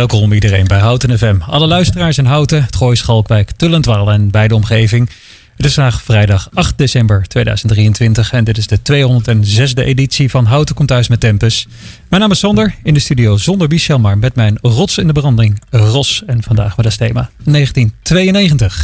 Welkom iedereen bij Houten FM. Alle luisteraars in Houten, het Gooi, Schalkwijk, Tullentwaal en bij de omgeving. Het is vandaag vrijdag 8 december 2023 en dit is de 206e editie van Houten komt thuis met Tempus. Mijn naam is Sander, in de studio zonder Michel, maar met mijn rots in de branding, Ros. En vandaag met als thema 1992.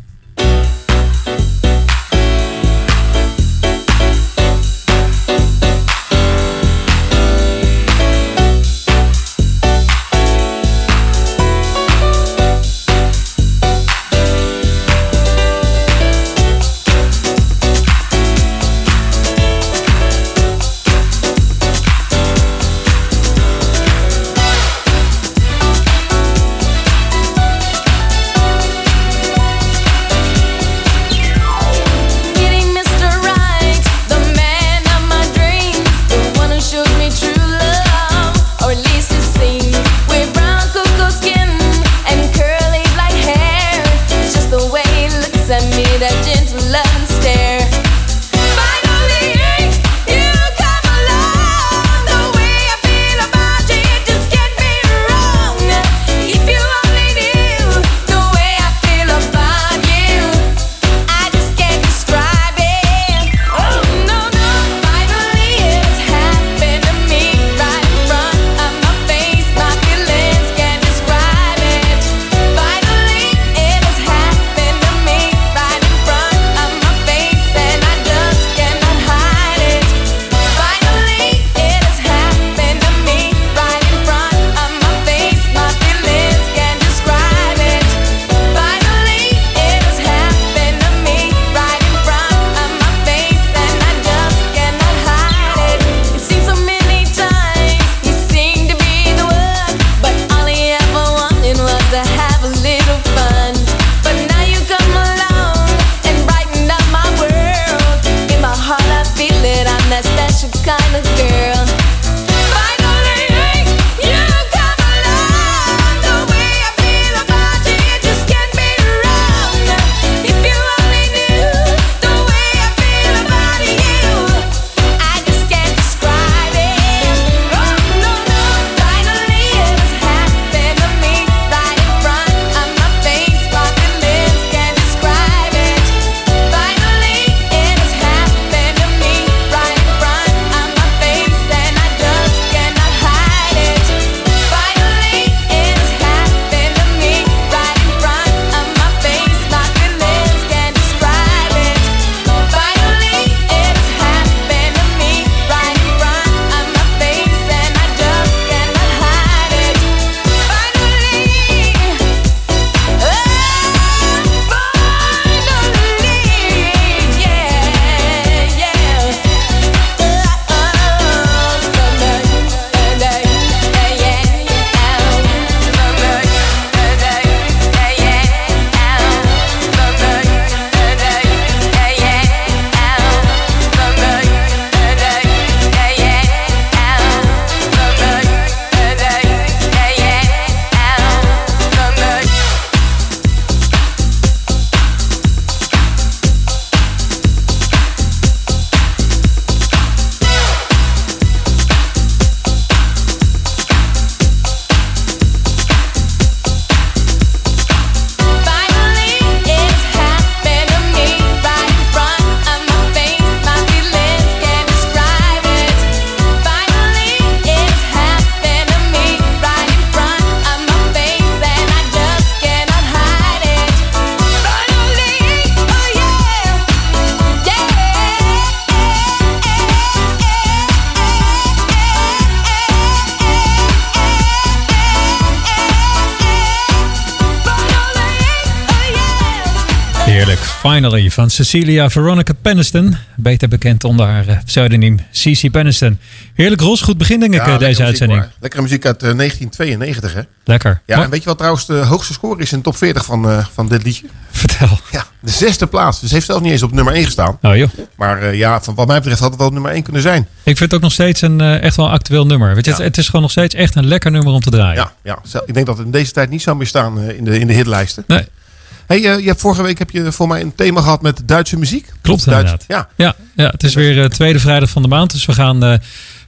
Finally van Cecilia Veronica Peniston. Beter bekend onder haar pseudoniem CeCe Peniston. Heerlijk Ros, goed begin denk ik deze uitzending. Muziek, lekkere muziek uit 1992 hè. Lekker. Ja, en weet je wat trouwens de hoogste score is in de top 40 van dit liedje? Vertel. Ja, de 6e plaats. Dus heeft zelfs niet eens op nummer 1 gestaan. Oh joh. Maar van wat mij betreft had het wel nummer 1 kunnen zijn. Ik vind het ook nog steeds een echt wel actueel nummer. Weet je, het is gewoon nog steeds echt een lekker nummer om te draaien. Ja. Ik denk dat het in deze tijd niet zou meer staan in de hitlijsten. Nee. Hey, je hebt vorige week heb je voor mij een thema gehad met Duitse muziek. Klopt inderdaad. Ja, het is weer tweede vrijdag van de maand. Dus we gaan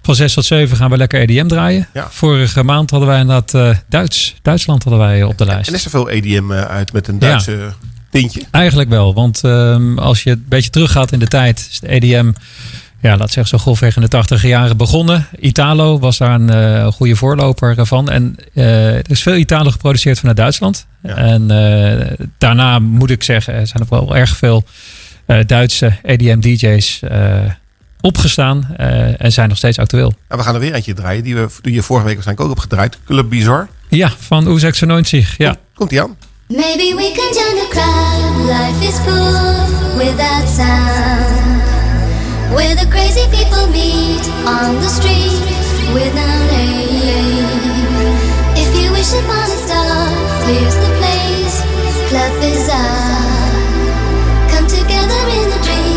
Van 6 tot 7 gaan we lekker EDM draaien. Ja. Vorige maand hadden wij inderdaad Duitsland hadden wij op de lijst. En is er veel EDM uit met een Duitse tintje? Eigenlijk wel, want als je een beetje teruggaat in de tijd, is de EDM, laat zeggen zo grofweg in de 80e jaren begonnen. Italo was daar een goede voorloper van. En er is veel Italo geproduceerd vanuit Duitsland. Ja. En daarna moet ik zeggen, er zijn er wel erg veel Duitse EDM-DJ's opgestaan en zijn nog steeds actueel. En we gaan er weer eentje draaien, die je vorige week waarschijnlijk ook hebt gedraaid. Club Bizarre. Ja, van Uzek 96. Ja. Komt die aan? Maybe we can join the crowd. Life is full without sound. Where the crazy people meet on the street without aim. If you wish upon a star, here's the place. Club Bizarre. Come together in a dream.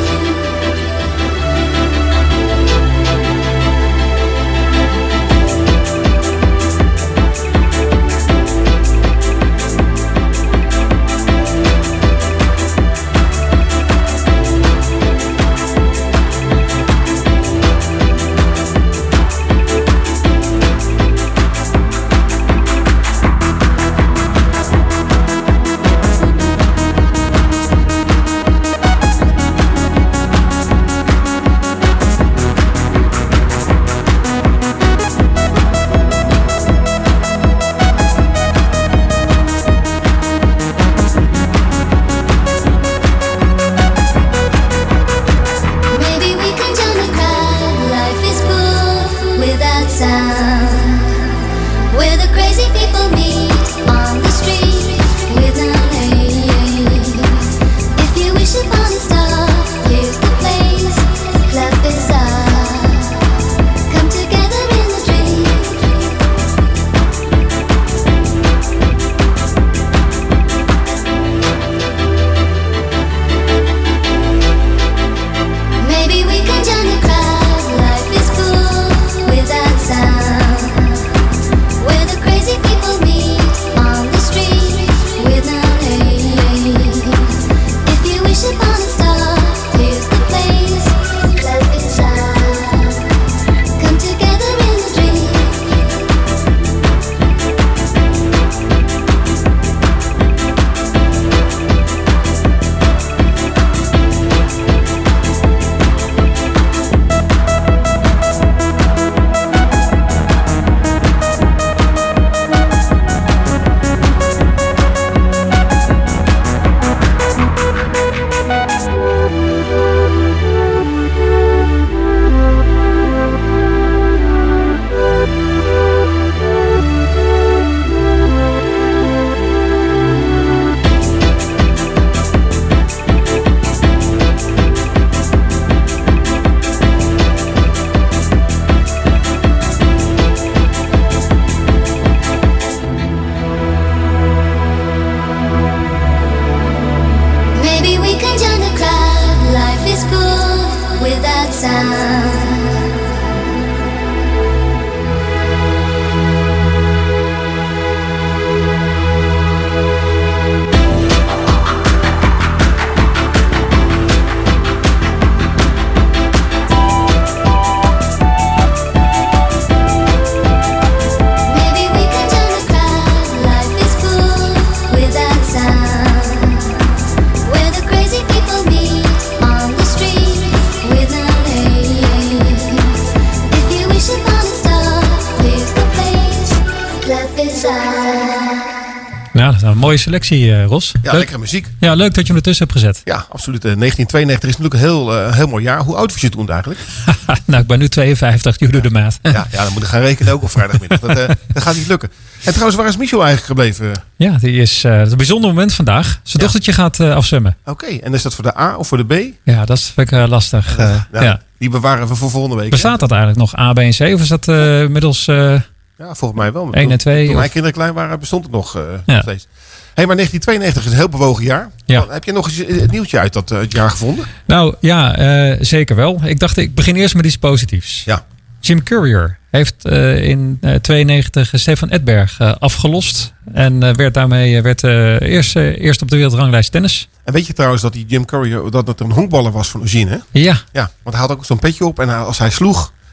Ja, dat is een mooie selectie, Ros. Ja, lekkere muziek. Ja, leuk dat je hem ertussen hebt gezet. Ja, absoluut. 1992 is natuurlijk een heel mooi jaar. Hoe oud was je toen eigenlijk? Nou, ik ben nu 52, you do the math. Ja, dan moet ik gaan rekenen ook op vrijdagmiddag. Dat gaat niet lukken. En trouwens, waar is Michel eigenlijk gebleven? Ja, die is een bijzonder moment vandaag. Zijn dochtertje gaat afzwemmen. Oké, en is dat voor de A of voor de B? Ja, dat vind ik lastig. Ja. Die bewaren we voor volgende week. Bestaat dat eigenlijk nog, A, B en C? Of is dat inmiddels... Ja, volgens mij wel. 1 en 2. Toen mijn kinderen klein waren, bestond het nog steeds. Hey, maar 1992 is een heel bewogen jaar. Ja. Heb je nog eens het nieuwtje uit dat jaar gevonden? Nou ja, zeker wel. Ik dacht, ik begin eerst met iets positiefs. Ja. Jim Courier heeft in 92 Stefan Edberg afgelost. En werd daarmee eerst op de wereldranglijst tennis. En weet je trouwens dat die Jim Courier dat het een honkballer was van origine? Hè? Ja. Ja, want hij had ook zo'n petje op. En als hij sloeg,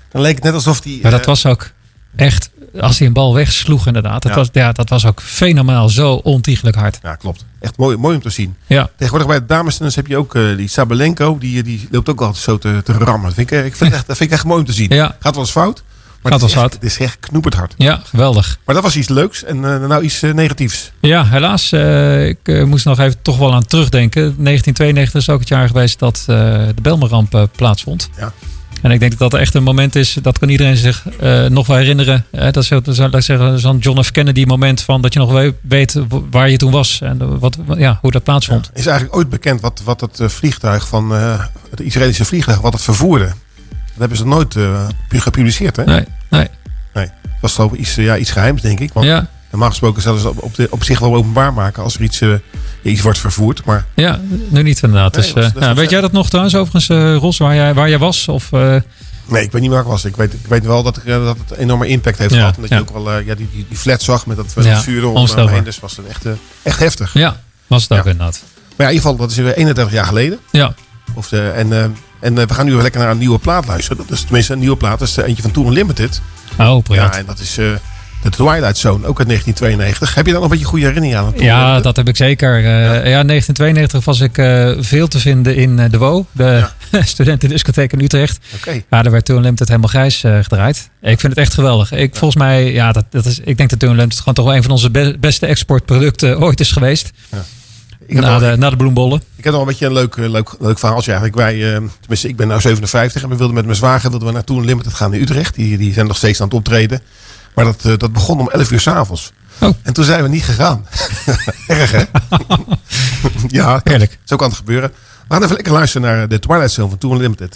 Dan leek het net alsof die... Maar dat was ook echt, als hij een bal wegsloeg inderdaad. Dat was ook fenomenaal zo ontiegelijk hard. Ja, klopt. Echt mooi om te zien. Ja. Tegenwoordig bij de damestennis heb je ook die Sabalenko. Die loopt ook altijd zo te rammen. Dat vind ik echt mooi om te zien. Ja. Gaat wel eens fout. Maar Gaat wel het fout. Het is echt knoeperd hard. Ja, geweldig. Maar dat was iets leuks en nou iets negatiefs. Ja, helaas. Ik moest nog even toch wel aan terugdenken. 1992 is ook het jaar geweest dat de Bijlmerramp plaatsvond. Ja. En ik denk dat dat echt een moment is, dat kan iedereen zich nog wel herinneren. Dat is, laat ik zeggen, zo'n John F. Kennedy moment van dat je nog weet waar je toen was en hoe dat plaatsvond. Ja. Is eigenlijk ooit bekend wat het vliegtuig van het Israëlische vliegtuig, wat het vervoerde? Dat hebben ze nooit gepubliceerd, hè? Nee. Het was geloof ik iets geheims, denk ik. Want normaal gesproken zullen ze op zich wel openbaar maken als er iets wordt vervoerd. Maar... Ja, nu niet inderdaad. Nee, Dus, weet jij dat nog trouwens overigens, Ros, waar jij was? Of, Nee, ik weet niet waar ik was. Ik weet wel dat het een enorme impact heeft gehad. En dat je ook wel die flat zag met dat vuur omheen. Dus was het echt heftig. Ja, was het ook inderdaad. Maar in ieder geval, dat is weer 31 jaar geleden. Ja. En we gaan nu weer lekker naar een nieuwe plaat luisteren. Dat is tenminste een nieuwe plaat. Dat is eentje van Toon Unlimited. Oh, briljant. Ja, en dat is de Twilight Zone, ook uit 1992. Heb je daar nog een beetje goede herinneringen aan? Ja, dat heb ik zeker. 1992 was ik veel te vinden in de WO, de studentendiscotheek in Utrecht. Okay. Ja, daar werd Toon Unlimited helemaal grijs gedraaid. Ik vind het echt geweldig. Volgens mij, ik denk dat Toon Unlimited gewoon toch wel een van onze beste exportproducten ooit is geweest. Ja. Na de bloembollen. Ik heb nog een beetje een leuk verhaaltje eigenlijk. Tenminste, ik ben nu 57 en we wilden met mijn zwager naar Toon Unlimited gaan in Utrecht. Die zijn nog steeds aan het optreden. Maar dat begon om 11 uur 's avonds. Oh. En toen zijn we niet gegaan. Erg, hè? Ja, heerlijk. Zo kan het gebeuren. We gaan even lekker luisteren naar de Twilight Zone van Toon Unlimited.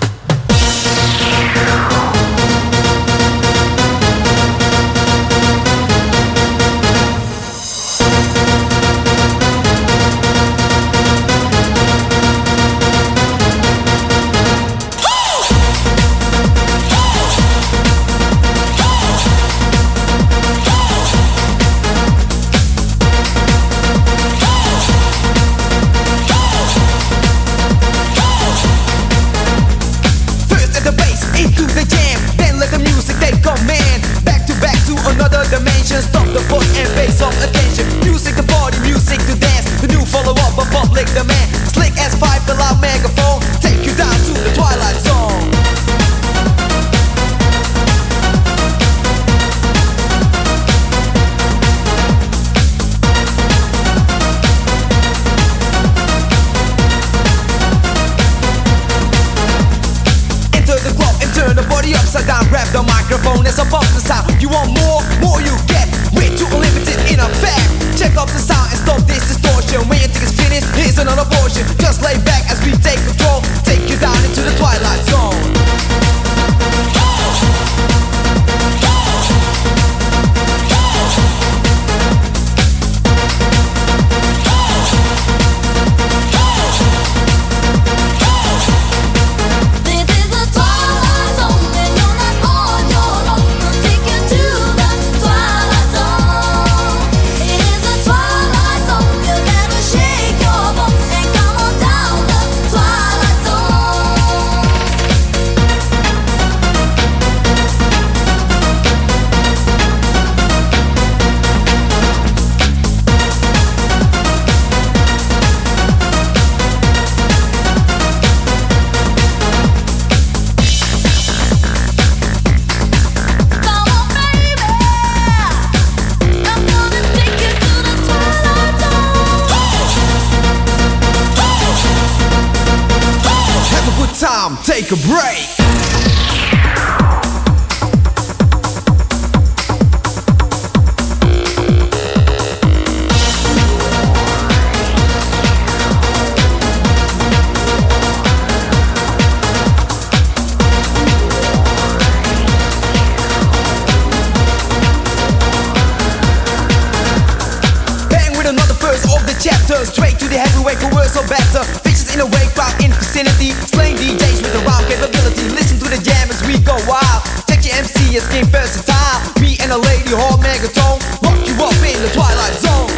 Stop the put and pay some attention. Music to party, music to dance. The new follow-up of public demand. Slick as five, the loud megaphone. Take you down to the Twilight Zone. Enter the club and turn the body upside down. Grab the microphone as a bump the sound. You want more you get. Way too unlimited in effect. Check up the sound and stop this distortion. When your ticket's finished, here's another portion. Just lay back as we take control. Take you down into the Twilight Zone. Take a break. Bang with another verse of the chapter. Straight to the heavyweight for worse or better. Bitches in a wake crowd in vicinity. Slaying DJs with around capability. Listen to the jam as we go wild. Check your MC as game versatile. Me and a lady hall megatone. Rock you up in the Twilight Zone.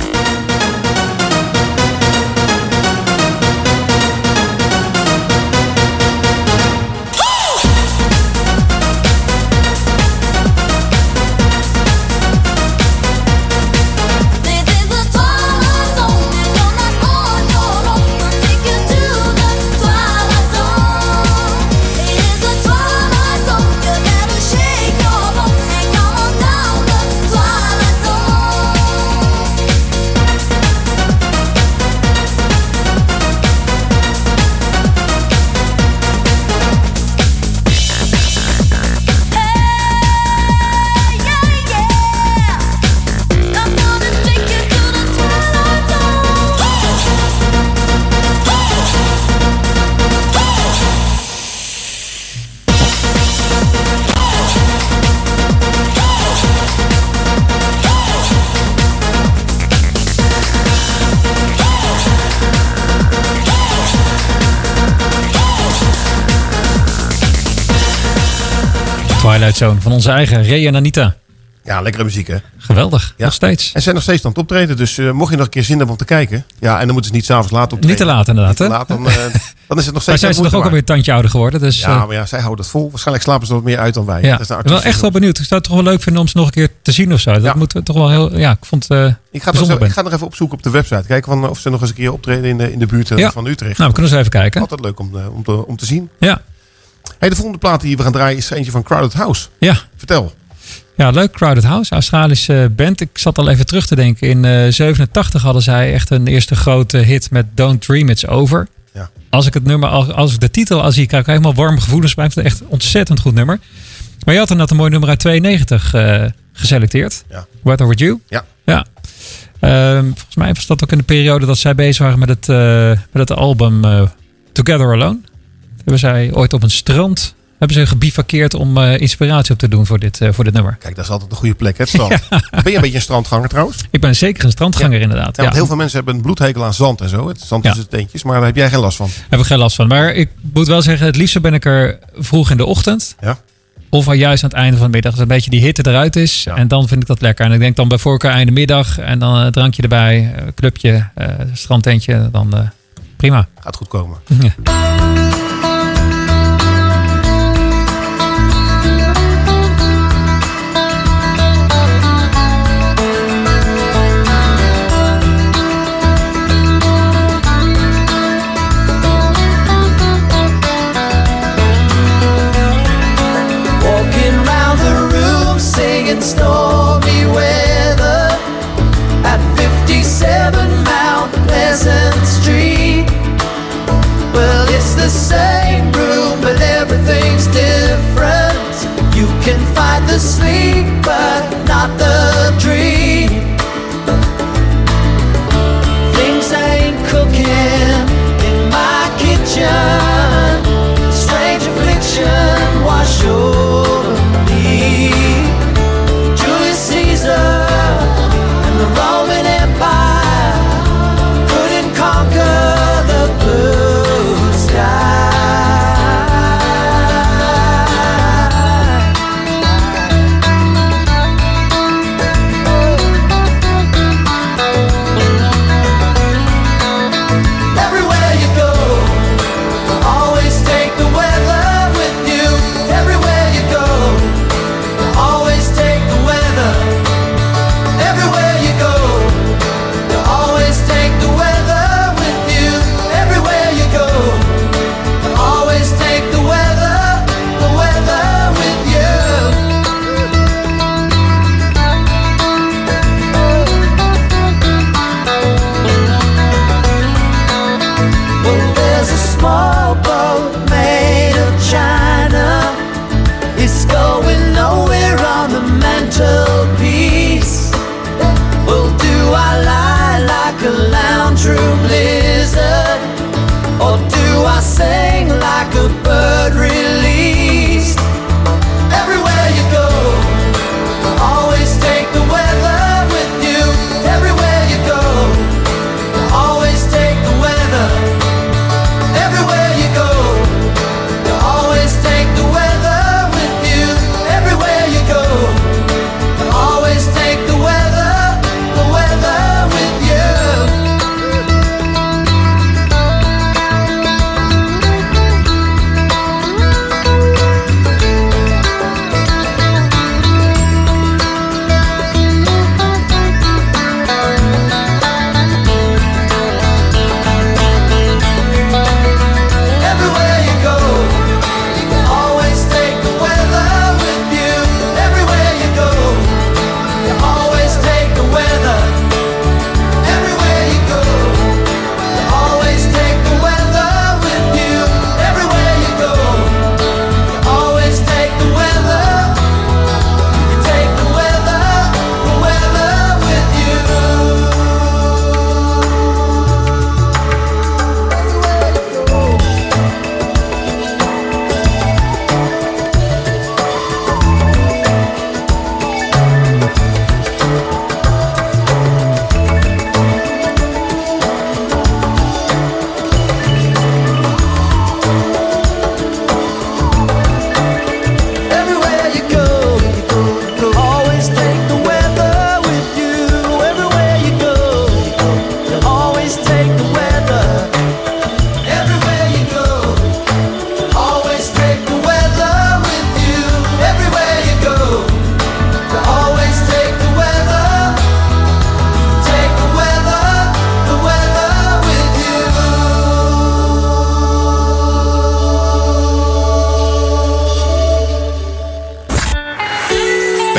Twilight Zone van onze eigen Ray en Anita. Ja, lekkere muziek hè. Geweldig, Ja. nog steeds. En ze zijn nog steeds aan het optreden. Dus mocht je nog een keer zin hebben om te kijken. Ja, en dan moeten ze niet s'avonds laat optreden. Niet te laat inderdaad, hè? Niet te laat, dan is het nog Maar steeds zijn ze toch ook alweer een tandje ouder geworden. Dus, Ja, maar ja, zij houden het vol. Waarschijnlijk slapen ze er wat meer uit dan wij. ja. Dat is de Ik ben wel echt wel benieuwd. Ik zou het toch wel leuk vinden om ze nog een keer te zien of zo. Dat Ja. moeten we toch wel heel... Ja, ik vond het Ik ga nog even opzoeken op de website. Kijken of ze nog eens een keer optreden in de buurt Ja. van Utrecht. Nou, we kunnen eens even kijken. Altijd leuk om te zien. Ja. Hey, de volgende plaat die we gaan draaien is eentje van Crowded House. Ja. Vertel. Ja, leuk. Crowded House, Australische band. Ik zat al even terug te denken. In 87 hadden zij echt een eerste grote hit met Don't Dream It's Over. Ja. Als ik het nummer, als ik de titel al zie, krijg ik helemaal warme gevoelens bij. Ik vind het echt een ontzettend goed nummer. Maar je had inderdaad een mooi nummer uit 92 geselecteerd. Ja. Weather With You. Ja. Ja. Volgens mij was dat ook in de periode dat zij bezig waren met het album Together Alone. Hebben zij ooit op een strand hebben ze gebivakkeerd om inspiratie op te doen voor dit nummer. Kijk, dat is altijd een goede plek, hè, het strand. Ben je een beetje een strandganger trouwens? Ik ben zeker een strandganger inderdaad. Ja, want heel veel mensen hebben een bloedhekel aan zand en zo. Het zand tussen de teentjes, maar daar heb jij geen last van. Daar heb ik geen last van. Maar ik moet wel zeggen, het liefst ben ik er vroeg in de ochtend. Ja. Of al juist aan het einde van de middag. Als een beetje die hitte eruit is. Ja. En dan vind ik dat lekker. En ik denk dan bij voorkeur einde middag. En dan een drankje erbij. Clubje, strandtentje. Dan prima. Gaat goed komen. Ja. Stormy weather at 57 Mount Pleasant Street. Well, it's the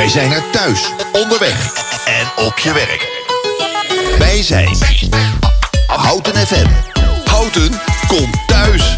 Wij zijn er thuis, onderweg en op je werk. Wij zijn Houten FM. Houten komt thuis.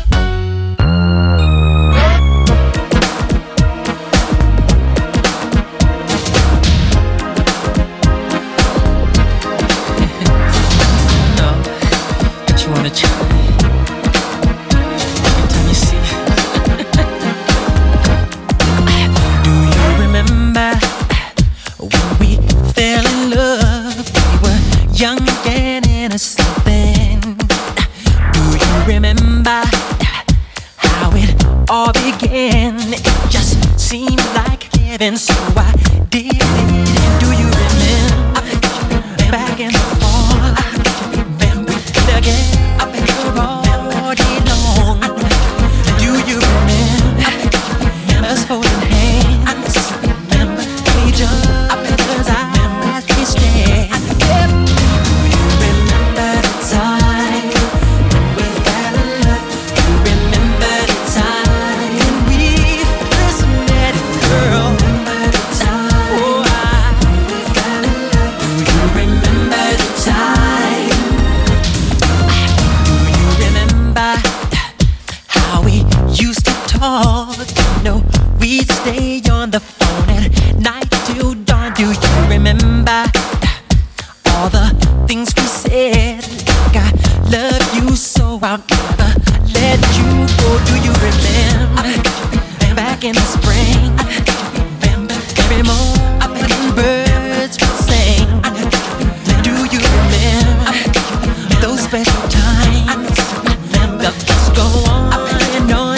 All began, it just seemed like heaven, so I did it. Do you remember back in the fall? Remember again, all day long. Do you remember us holding hands? Remember each other's eyes we stared. Do you remember the time we fell in love? Do you remember the time? No, we'd stay on the phone at night till dawn. Do you remember all the things we said? Like I love you so I'll never let you go. Do you remember back in the spring? Remember every morning birds would sing. Do you remember those special times? The thoughts go on and on.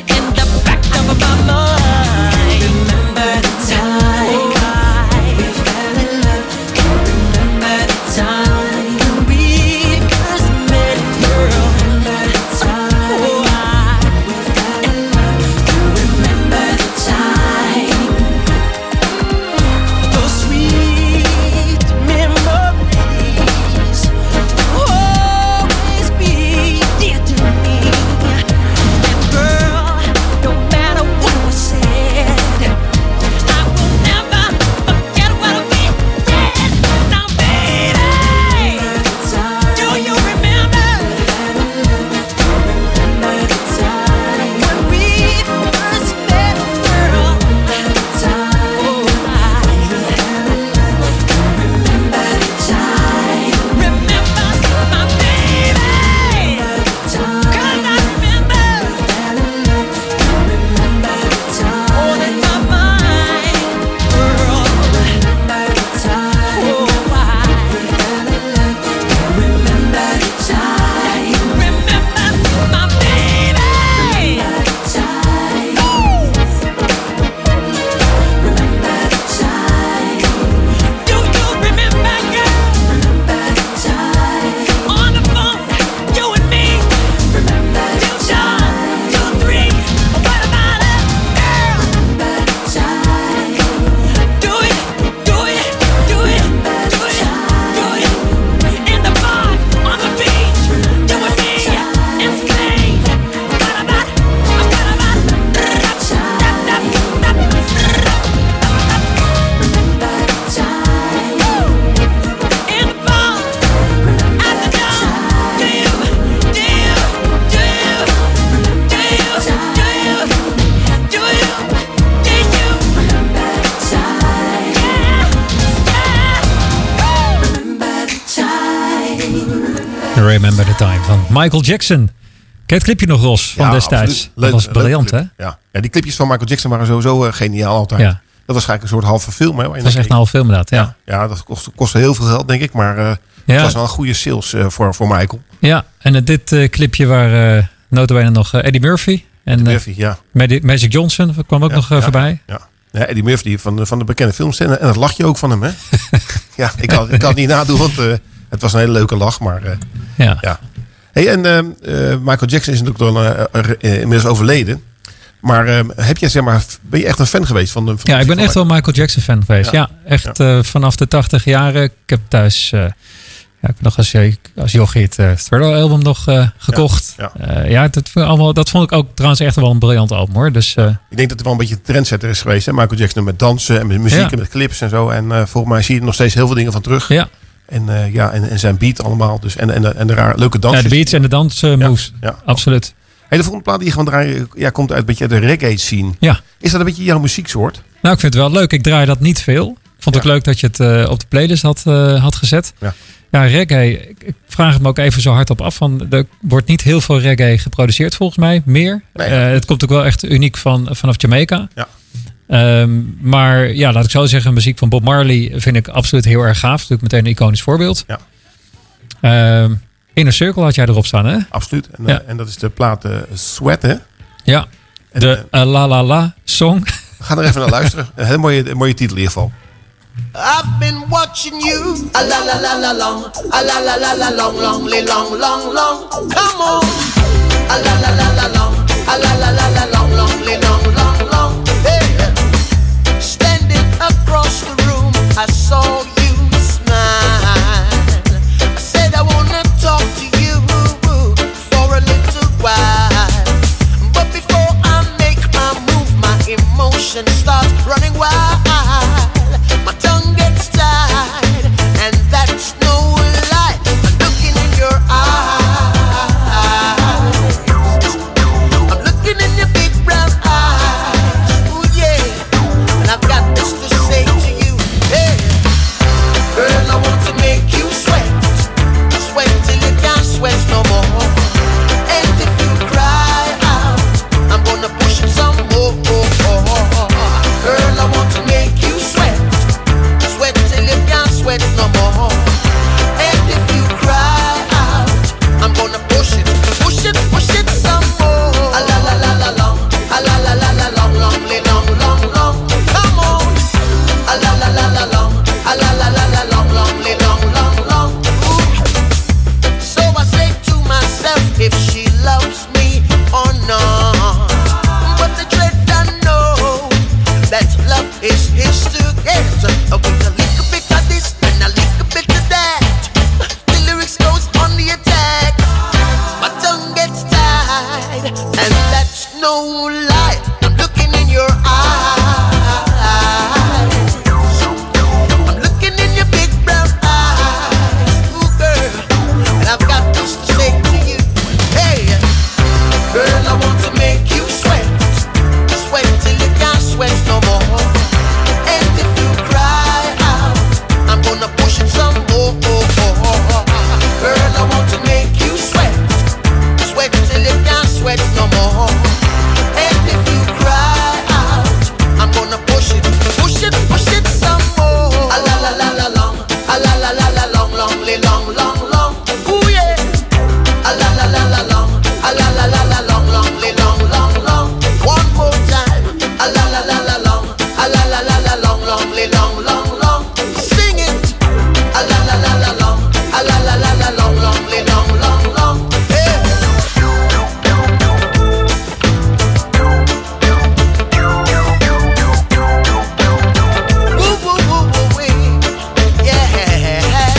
Remember the Time van Michael Jackson. Ken je het clipje nog, Ros, van destijds? Leuk, dat was briljant, hè? Ja, die clipjes van Michael Jackson waren sowieso geniaal altijd. Ja. Dat was eigenlijk een soort halve film. Hè, dat was echt een halve film inderdaad, ja. Ja, dat kostte heel veel geld, denk ik. Maar het was wel een goede sales voor Michael. Ja, en dit clipje waar notabene nog Eddie Murphy. En Eddie Murphy, ja. Magic Johnson kwam ook nog voorbij. Ja. Ja, Eddie Murphy van de bekende films. En dat lachje ook van hem, hè? Ja, ik kan het niet nadoen, want het was een hele leuke lach. Maar ja. Hey, en Michael Jackson is natuurlijk inmiddels overleden. Maar ben je echt een fan geweest van de Ja, ik ben echt wel een Michael Jackson fan geweest. Ja, echt vanaf de 80 jaren. Ik heb thuis Ja, ik heb nog als jochie het Thriller album nog gekocht. Dat vond ik ook trouwens echt wel een briljant album hoor. Dus, ik denk dat het wel een beetje een trendsetter is geweest. Hè? Michael Jackson met dansen en met muziek en met clips en zo. En volgens mij zie je er nog steeds heel veel dingen van terug. Ja. En zijn beat allemaal. Dus, en de leuke dansjes. Ja, de beats en de dansmoves. Ja. Absoluut. Hey, de volgende plaat die je gewoon draaien komt uit een beetje de reggae scene. Ja. Is dat een beetje jouw muzieksoort? Nou, ik vind het wel leuk. Ik draai dat niet veel. Ik vond het ook leuk dat je het op de playlist had gezet. Ja, reggae. Ik vraag het me ook even zo hard op af. Er wordt niet heel veel reggae geproduceerd volgens mij. Meer. Nee, het komt ook wel echt uniek vanaf Jamaica. Ja. Maar ja, laat ik zo zeggen. Muziek van Bob Marley vind ik absoluut heel erg gaaf. Natuurlijk meteen een iconisch voorbeeld. Ja. Inner Circle had jij erop staan, hè? Absoluut. En dat is de plaat Sweat, hè? Ja. De La La La song. We gaan er even naar luisteren. Een hele mooie titel in ieder geval. I've been watching you, a la la la la long, a la la la la long, long, long, long, long. Come on, a la la la la long, a la la la la long, long, long, long, long. Hey, standing across the room, I saw you smile. I said I wanna talk to you for a little while, but before I make my move, my emotions start running wild. My tongue gets tied, and that's no lie. I'm looking in your eyes. I'm looking in your big brown eyes. Ooh yeah, and I've got this to say to you. Hey, girl, I want to make you sweat, sweat till you can't sweat no more. And if you cry out, I'm gonna push it some more. Girl, I want to make you sweat. Sweat no more. And if you cry out, I'm gonna push it some more. A la la la la long, a la la la la long, long, long, long, long. Come on. A la la la la long, a la la la la long, long, long, long, long. Ooh. So I say to myself, if she loves me or not. But the dread I know that love is his to get. With a little bit of this and a little bit of that, the lyrics goes on the attack. My tongue gets tied, and that's no lie. I'm looking in your eyes. I'm looking in your big brown eyes. Ooh, girl, and I've got this to say to you. Hey, girl, I want to make you sweat, sweat till you can't sweat no more. And if you cry out, I'm gonna push it some more. Girl, I want to make you sweat, sweat till you can't sweat no more. And if you cry out, I'm gonna push it some more. A la la la la long, a la la la la long, long, long, long, long. Ooh yeah. A la la la la long, a la la la la long, long, long, long, long. One more time. A la la la la long, a la la la la long, long, long, long, long. Sing it. A la la la la long, a la la la la long, long, long, long, long. Hey. Woo woo woo woo wee. Yeah.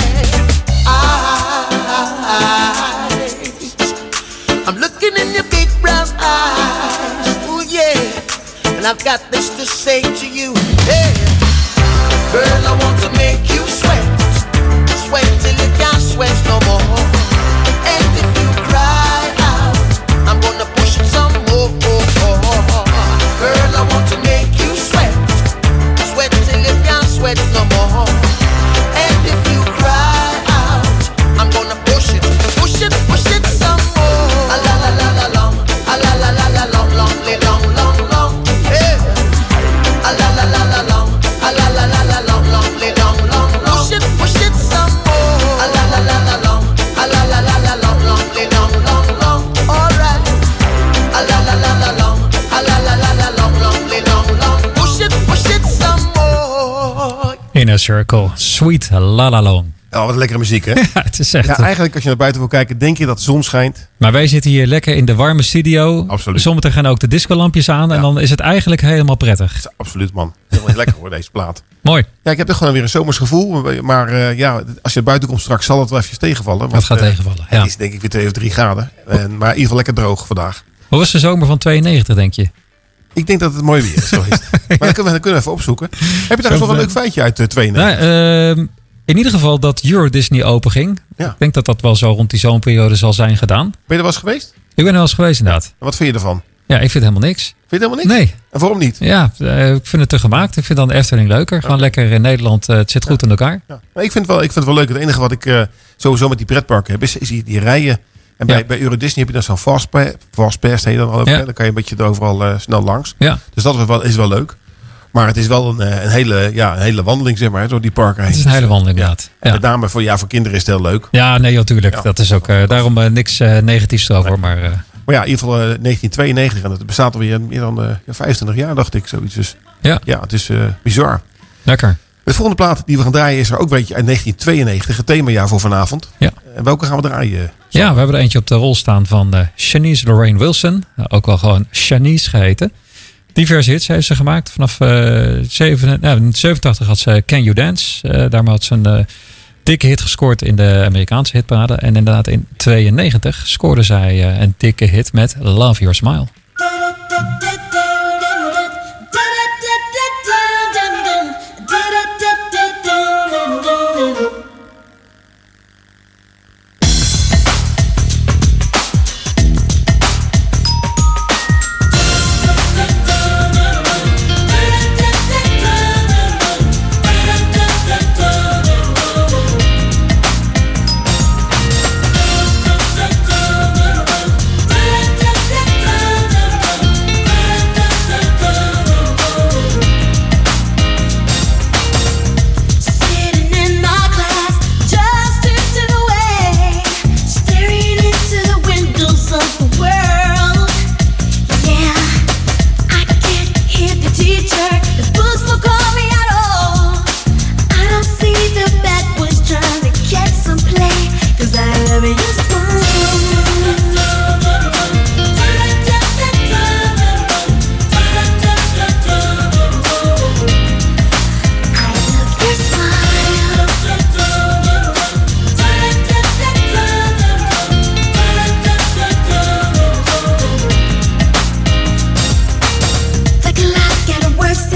I'm looking in your big brown eyes. Ooh yeah. And I've got this to say to you. Hey, girl, I want to make you sweat, sweat till you can't sweat no more. And if you cry out, I'm gonna push it some more. Girl, I want to make you sweat, sweat till you can't sweat no more. And if you cry out, I'm gonna push it some more. A la la la la long, a la la la la long, long, long, long, long. Hey. A la la la la long, a la la la la long, long, long, long, long. Push it some more. A la la la la long, a la la la la long, long, long, long, long. Alright. A la la la la long, a la la la la long, long, long, long. Push it some more. Inner Circle, Sweet La La Long. Ja, wat lekkere muziek, hè? Ja, het is echt... Ja, eigenlijk als je naar buiten wil kijken, denk je dat de zon schijnt. Maar wij zitten hier lekker in de warme studio. Absoluut. Zometeen gaan ook de discolampjes aan. En dan is het eigenlijk helemaal prettig. Absoluut, man. Heel lekker hoor, deze plaat. Mooi. Ja, ik heb echt gewoon weer een zomers gevoel. Maar als je buiten komt straks, zal het wel even tegenvallen. Want, het gaat tegenvallen, ja. Het is denk ik weer 2 of 3 graden. Maar in ieder geval lekker droog vandaag. Hoe was de zomer van 92, denk je? Ik denk dat het mooi weer is geweest. Maar dan kunnen we even opzoeken. Heb je daar nog een leuk feitje uit 92? Nou, in ieder geval dat Euro Disney open ging. Ja. Ik denk dat dat wel zo rond die zomerperiode zal zijn gedaan. Ben je er wel eens geweest? Ik ben er wel eens geweest, inderdaad. En wat vind je ervan? Ja, ik vind helemaal niks. Vind je het helemaal niks? Nee. En waarom niet? Ja, ik vind het te gemaakt. Ik vind dan de Efteling leuker. Gewoon lekker in Nederland. Het zit goed in elkaar. Ja. Maar ik vind het wel leuk. Het enige wat ik sowieso met die pretparken heb, is die rijen. En bij Euro Disney heb je dan zo'n fastpass. Dan kan je een beetje overal snel langs. Ja. Dus dat is wel leuk. Maar het is wel een hele wandeling, zeg maar, door die parken heen. Het is een hele wandeling, inderdaad. Ja. Met name voor kinderen is het heel leuk. Ja, nee, natuurlijk. Ja. Dat is ook daarom niks negatiefs erover. Nee. Maar ja, in ieder geval 1992. En het bestaat alweer meer dan 25 jaar, dacht ik. Zoiets. Dus ja, het is bizar. Lekker. De volgende plaat die we gaan draaien is er ook weet je uit 1992. Het themajaar voor vanavond. Ja. En welke gaan we draaien? Ja, we hebben er eentje op de rol staan van Shanice Lorraine Wilson. Ook wel gewoon Shanice geheten. Diverse hits heeft ze gemaakt. Vanaf 87 had ze Can You Dance. Daarmee had ze een dikke hit gescoord in de Amerikaanse hitparade. En inderdaad in 92 scoorde zij een dikke hit met Love Your Smile. Worse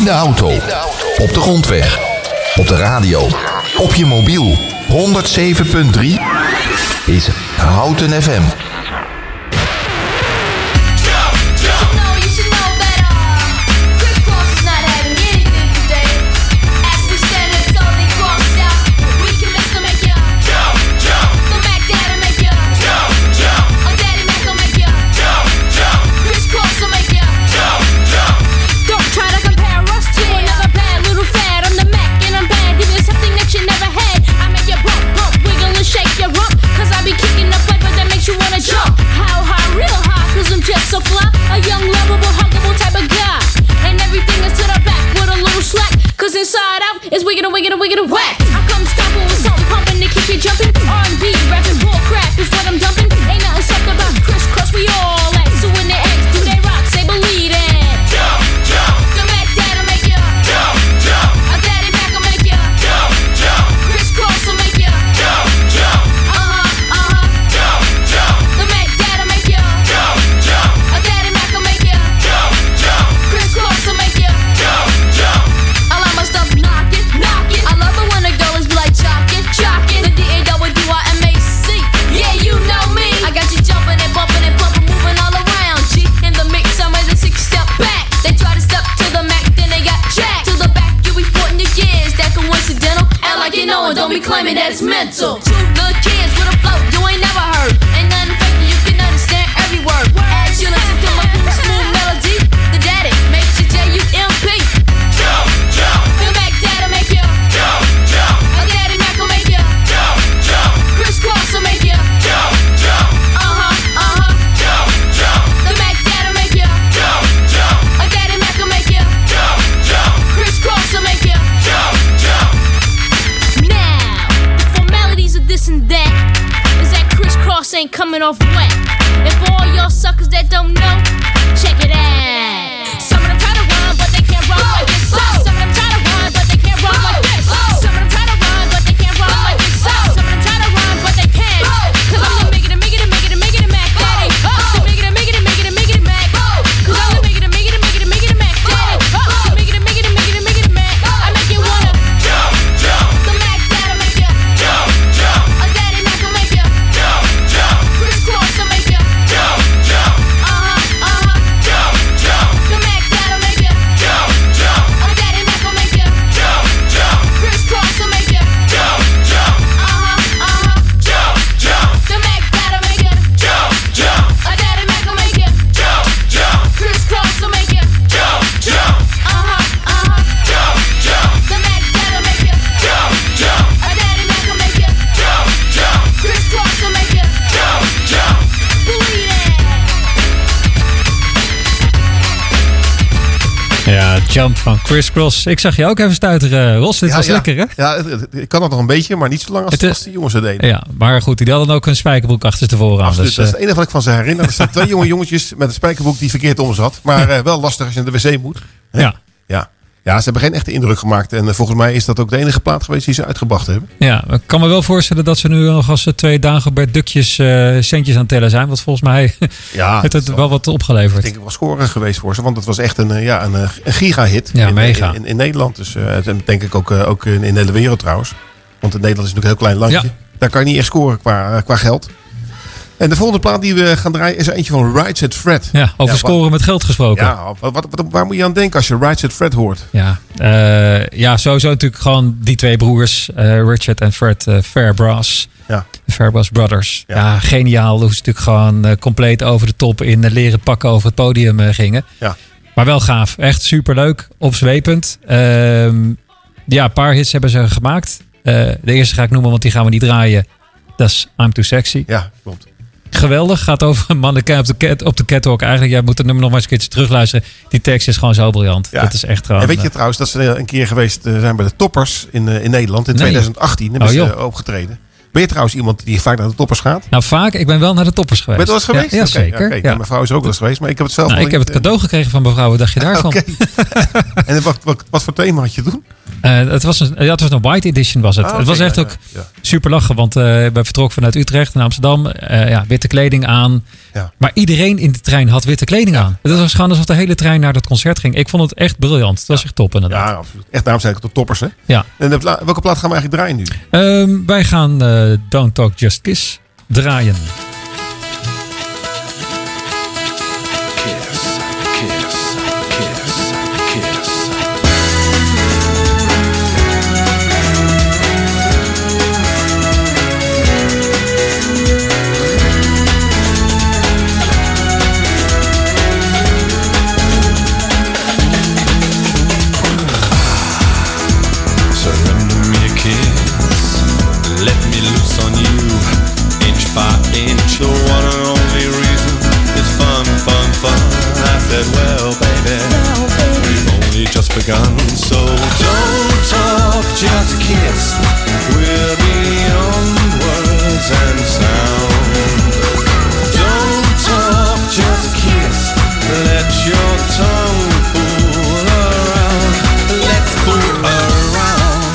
In de auto, op de grondweg, op de radio, op je mobiel. 107.3 is Houten FM. So fly, a young, lovable, huggable type of guy. And everything is to the back with a little slack. Cause inside out is wiggin' and wiggin' and wiggin' and whack. I come stomping with something pumping to keep you jumping. R&B, rapping, bull crap is what I'm dumping. Ain't nothing soft about crisscross, we all at. So when the eggs do they rock, say believe it. Jump, jump. The Mac Dad'll make you jump, jump. A Daddy Mac will make you jump, jump. Crisscross will make you jump, jump. Jump, jump. The Mac Dad'll make you jump, jump. A Daddy Mac will make you jump, jump. Crisscross will make you jump, jump. I like my stuff knock it, knock it. I love it when the girls be like jock it, jock it. The DAWDYMAC, yeah you know me. I got you jumping and bumping and pumping, moving all around. G in the mix, I'm ready to 6-step back. They try to step to the Mac, then they got jacked. To the back, you be sporting your gears, that coincidental. Act like you know it, don't be claiming that it's mental. Two good kids with a flow you ain't never heard. Ain't nothing fake, you can understand every word. As you listen to my cool smooth melody, the daddy makes you J-U-M-P. Jump, jump. The Mac Dad'll make you jump, jump. A Daddy Mac will make you jump, jump. Crisscross will make you jump, jump. Jump, jump. The Mac Dad'll make you jump, jump. A Daddy Mac will make you jump, jump. Crisscross will make you jump, jump. Now, the formalities of this and that is that crisscross ain't coming off wet. And for all y'all suckers that don't know, check it out. Some of them try to run, but they can't run like this. Some of them try to run, but they can't run like this. Some of them try to run, but they can't run like this. Some of them try to run, but they can't. Cause I'm the make it Mac Daddy. The make it Mac. Cause I'm the make it Mac Daddy. The make it Mac. I make you wanna jump, jump. The Mac Dad'll make you jump, jump. A Daddy Mac will make you jump, jump. Crisscross will make you jump, jump. Jump, jump. The Mac Dad'll make you jump, jump. A Daddy Mac will make you jump, jump. Crisscross will make you jump, jump. Jump, jump. The Mac Dad'll make you jump, jump. A Daddy Mac will make you jump, jump. Crisscross will make you jump, jump. Jump, jump. The Mac Dad'll make you jump, jump. A Daddy Mac will make you jump, jump. Crisscross will make you jump, jump. Believe it. Ja, Jump van Crisscross. Ik zag je ook even stuiteren, Ros. Dit was lekker, hè? Ja, ik kan dat nog een beetje, maar niet zo lang als die jongens het deden. Ja, maar goed, die hadden ook een spijkerbroek achterstevoren aan. Absoluut, Dus, dat is het enige wat ik van ze herinner. Er staan 2 jonge jongetjes met een spijkerbroek die verkeerd om zat. Maar wel lastig als je naar de wc moet. Hè? Ja, ze hebben geen echte indruk gemaakt. En volgens mij is dat ook de enige plaat geweest die ze uitgebracht hebben. Ja, ik kan me wel voorstellen dat ze nu nog als 2 Dagobert Duckjes centjes aan het tellen zijn. Want volgens mij heeft het wel wat opgeleverd. Ik denk ik wel scoren geweest voor ze. Want het was echt een gigahit mega. In Nederland. Dus denk ik ook in de hele wereld trouwens. Want Nederland is natuurlijk een heel klein landje. Ja. Daar kan je niet echt scoren qua geld. En de volgende plaat die we gaan draaien is er eentje van Right Said Fred. Ja, over scoren met geld gesproken. Ja, waar moet je aan denken als je Right Said Fred hoort? Ja, sowieso natuurlijk gewoon die 2 broers. Richard en Fred Fairbrass. Ja. De Fairbrass Brothers. Ja, geniaal. Hoe ze natuurlijk gewoon compleet over de top in leren pakken over het podium gingen. Ja. Maar wel gaaf. Echt superleuk. Opzwepend. Een paar hits hebben ze gemaakt. De eerste ga ik noemen, want die gaan we niet draaien. Dat is I'm Too Sexy. Ja, klopt. Geweldig. Gaat over een mannequin op de catwalk. Eigenlijk, jij moet het nummer nog maar eens een keertje terugluisteren. Die tekst is gewoon zo briljant. Ja. Dat is echt gewoon... En weet je trouwens dat ze een keer geweest zijn bij de Toppers in Nederland. In 2018 hebben ze opgetreden. Ben je trouwens iemand die vaak naar de toppers gaat? Nou, vaak. Ik ben wel naar de toppers geweest. Ben je wel eens geweest? Ja, zeker. Okay. Ja, mijn vrouw is ook wel eens geweest, maar ik heb het zelf nou, ik heb het cadeau gekregen van mevrouw. Wat dacht je daarvan? En wat voor thema had je toen? Het was een white edition was het. Het was echt ook super lachen. Want ik ben vertrokken vanuit Utrecht naar Amsterdam. Witte kleding aan. Ja. Maar iedereen in de trein had witte kleding aan. Het was gewoon alsof de hele trein naar dat concert ging. Ik vond het echt briljant. Het was echt top inderdaad. Ja, absoluut. Echt, daarom zijn het de toppers, hè? Ja. En welke plaat gaan we eigenlijk draaien nu? Wij gaan Don't Talk Just Kiss draaien. Begun, so don't talk, just kiss. We're beyond words and sound. Don't talk, just kiss. Let your tongue fool around. Let's fool around.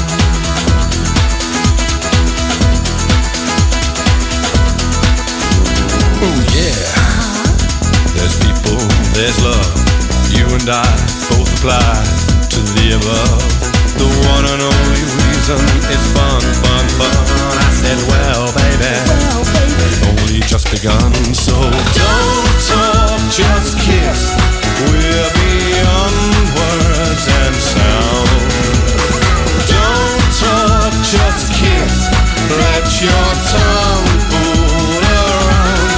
Oh yeah. There's people, there's love. You and I both apply to the above. The one and only reason it's fun, fun, fun. I said, well, baby, we've only just begun. So don't talk, just kiss. We're beyond words and sound. Don't talk, just kiss. Let your tongue fool around.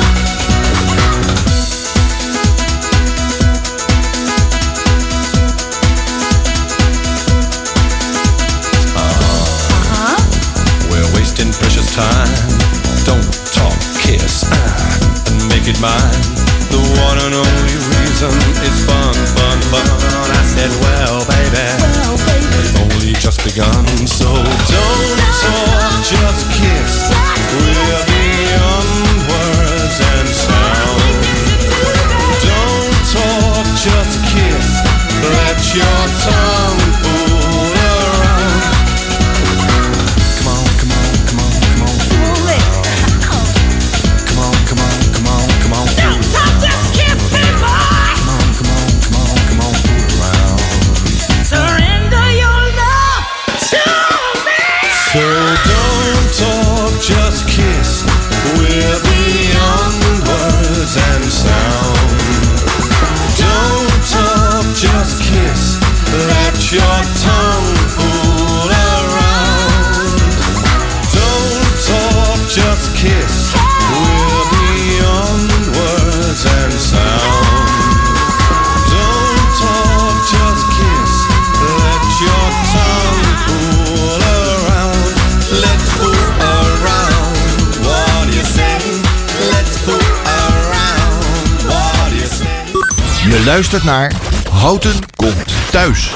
Wasting precious time. Don't talk, kiss, and make it mine. The one and only reason it's fun, fun, fun. I said, well, baby, we've only just begun. So don't talk, just kiss. We're beyond words and sound. Don't talk, just kiss. Let your tongue fool around. Come on, come on, come on, come on, fool around. Come on, come on, come on, come on, fool around. Don't talk, just kiss me, boy. Come on, come on, come on, come on, fool around. Surrender your love to me. So don't talk, just kiss. We're beyond words and sound. Don't talk, just kiss. Let your tongue fool around. Don't talk, just kiss. We're beyond words and sound. Don't talk, just kiss. Let your tongue fool around. Let's fool around. What do you say? Let's fool around. What do you say? Je luistert naar Houten komt thuis.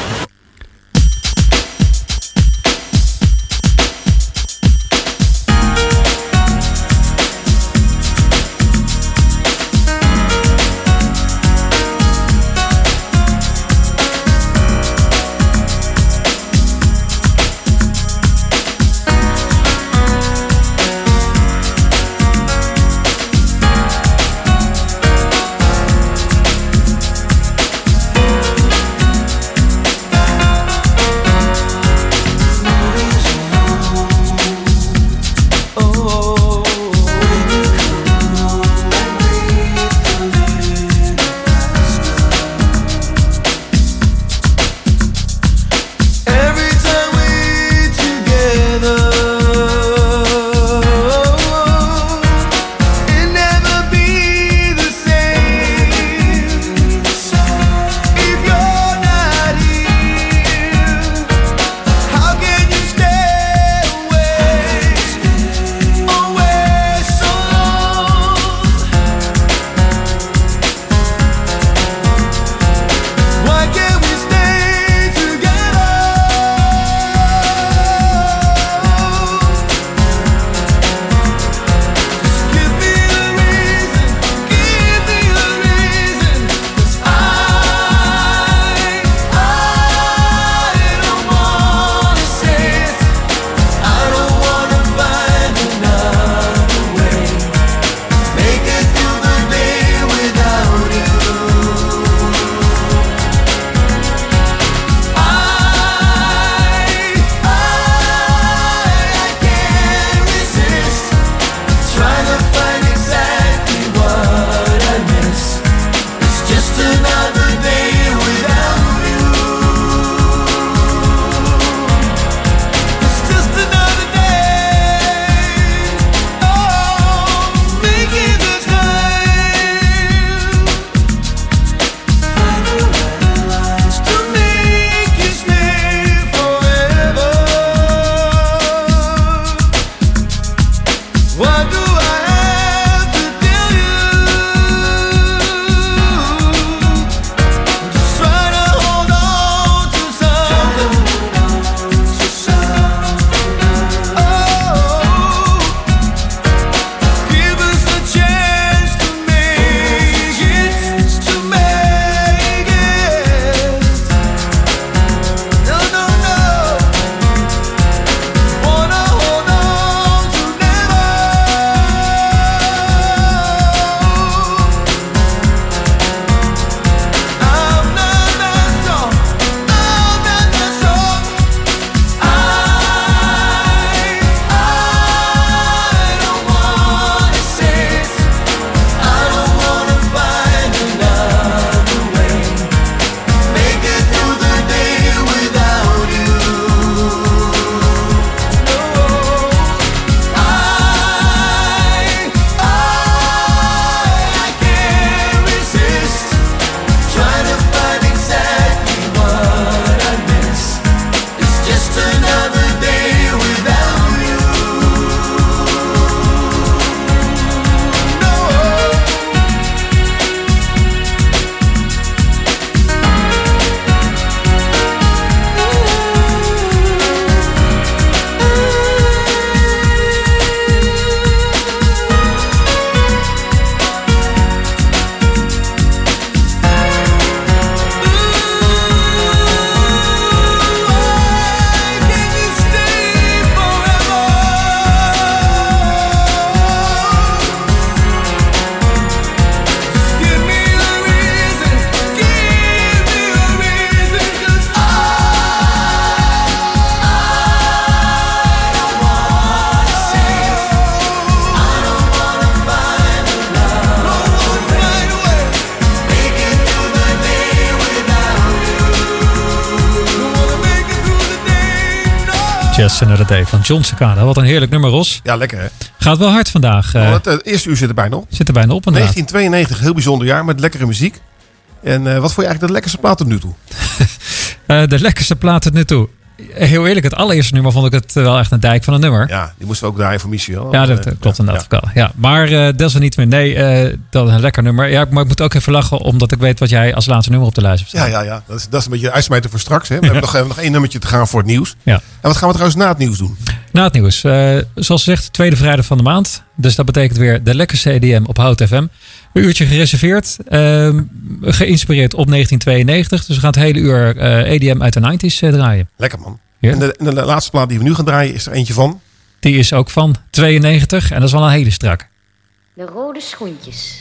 Just Another Day van John Cicada. Wat een heerlijk nummer, Ros. Ja, lekker hè. Gaat wel hard vandaag. Het eerste uur zit er bijna op. Zit er bijna op inderdaad. 1992, heel bijzonder jaar met lekkere muziek. En wat vond je eigenlijk de lekkerste plaat tot nu toe? De lekkerste plaat tot nu toe. Heel eerlijk, het allereerste nummer vond ik het wel echt een dijk van een nummer. Ja, die moesten we ook draaien voor Michiel. Ja, dat klopt inderdaad wel. Ja, maar desalniettemin, nee, dat is een lekker nummer. Ja, maar ik moet ook even lachen, omdat ik weet wat jij als laatste nummer op de lijst hebt staan. Ja. Dat is een beetje de uitsmijter voor straks. Hè. We hebben nog 1 nummertje te gaan voor het nieuws. Ja. En wat gaan we trouwens na het nieuws doen? Na het nieuws. Zoals gezegd, tweede vrijdag van de maand. Dus dat betekent weer de lekkerste EDM op Hout FM. Een uurtje gereserveerd. Geïnspireerd op 1992. Dus we gaan het hele uur EDM uit de 90s draaien. Lekker man. Ja. En de laatste plaat die we nu gaan draaien is er eentje van? Die is ook van 92. En dat is wel een hele strak. De rode schoentjes.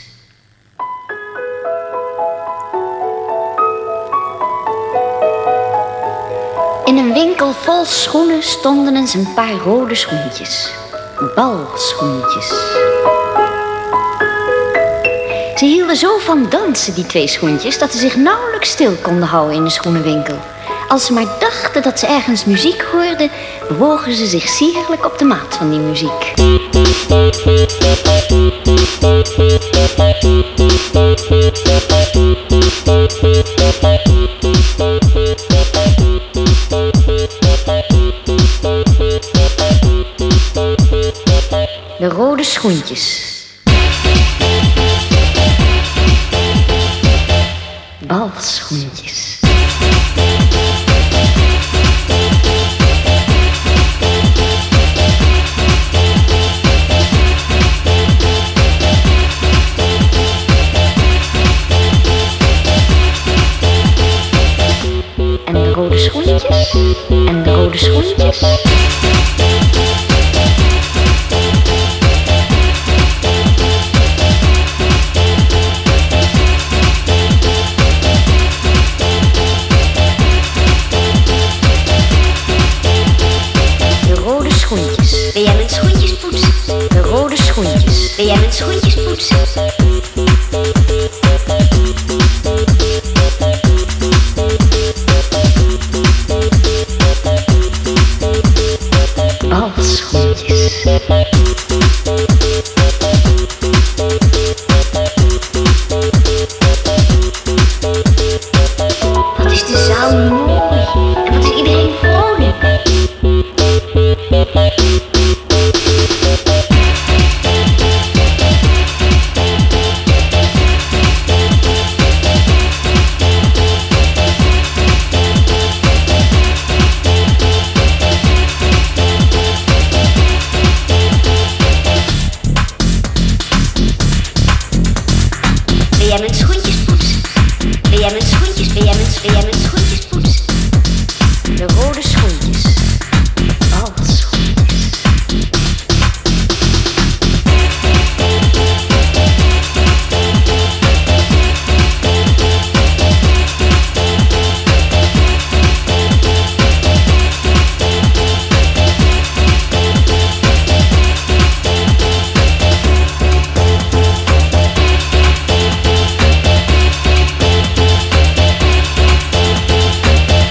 In een winkel vol schoenen stonden eens een paar rode schoentjes. Balschoentjes. Ze hielden zo van dansen, die 2 schoentjes, dat ze zich nauwelijks stil konden houden in de schoenenwinkel. Als ze maar dachten dat ze ergens muziek hoorden, bewogen ze zich sierlijk op de maat van die muziek. De rode schoentjes. Balschoentjes. En de rode schoentjes. En de rode schoentjes. Ben jij met schoentjes poetsen? De rode schoentjes. Ben jij met schoentjes poetsen?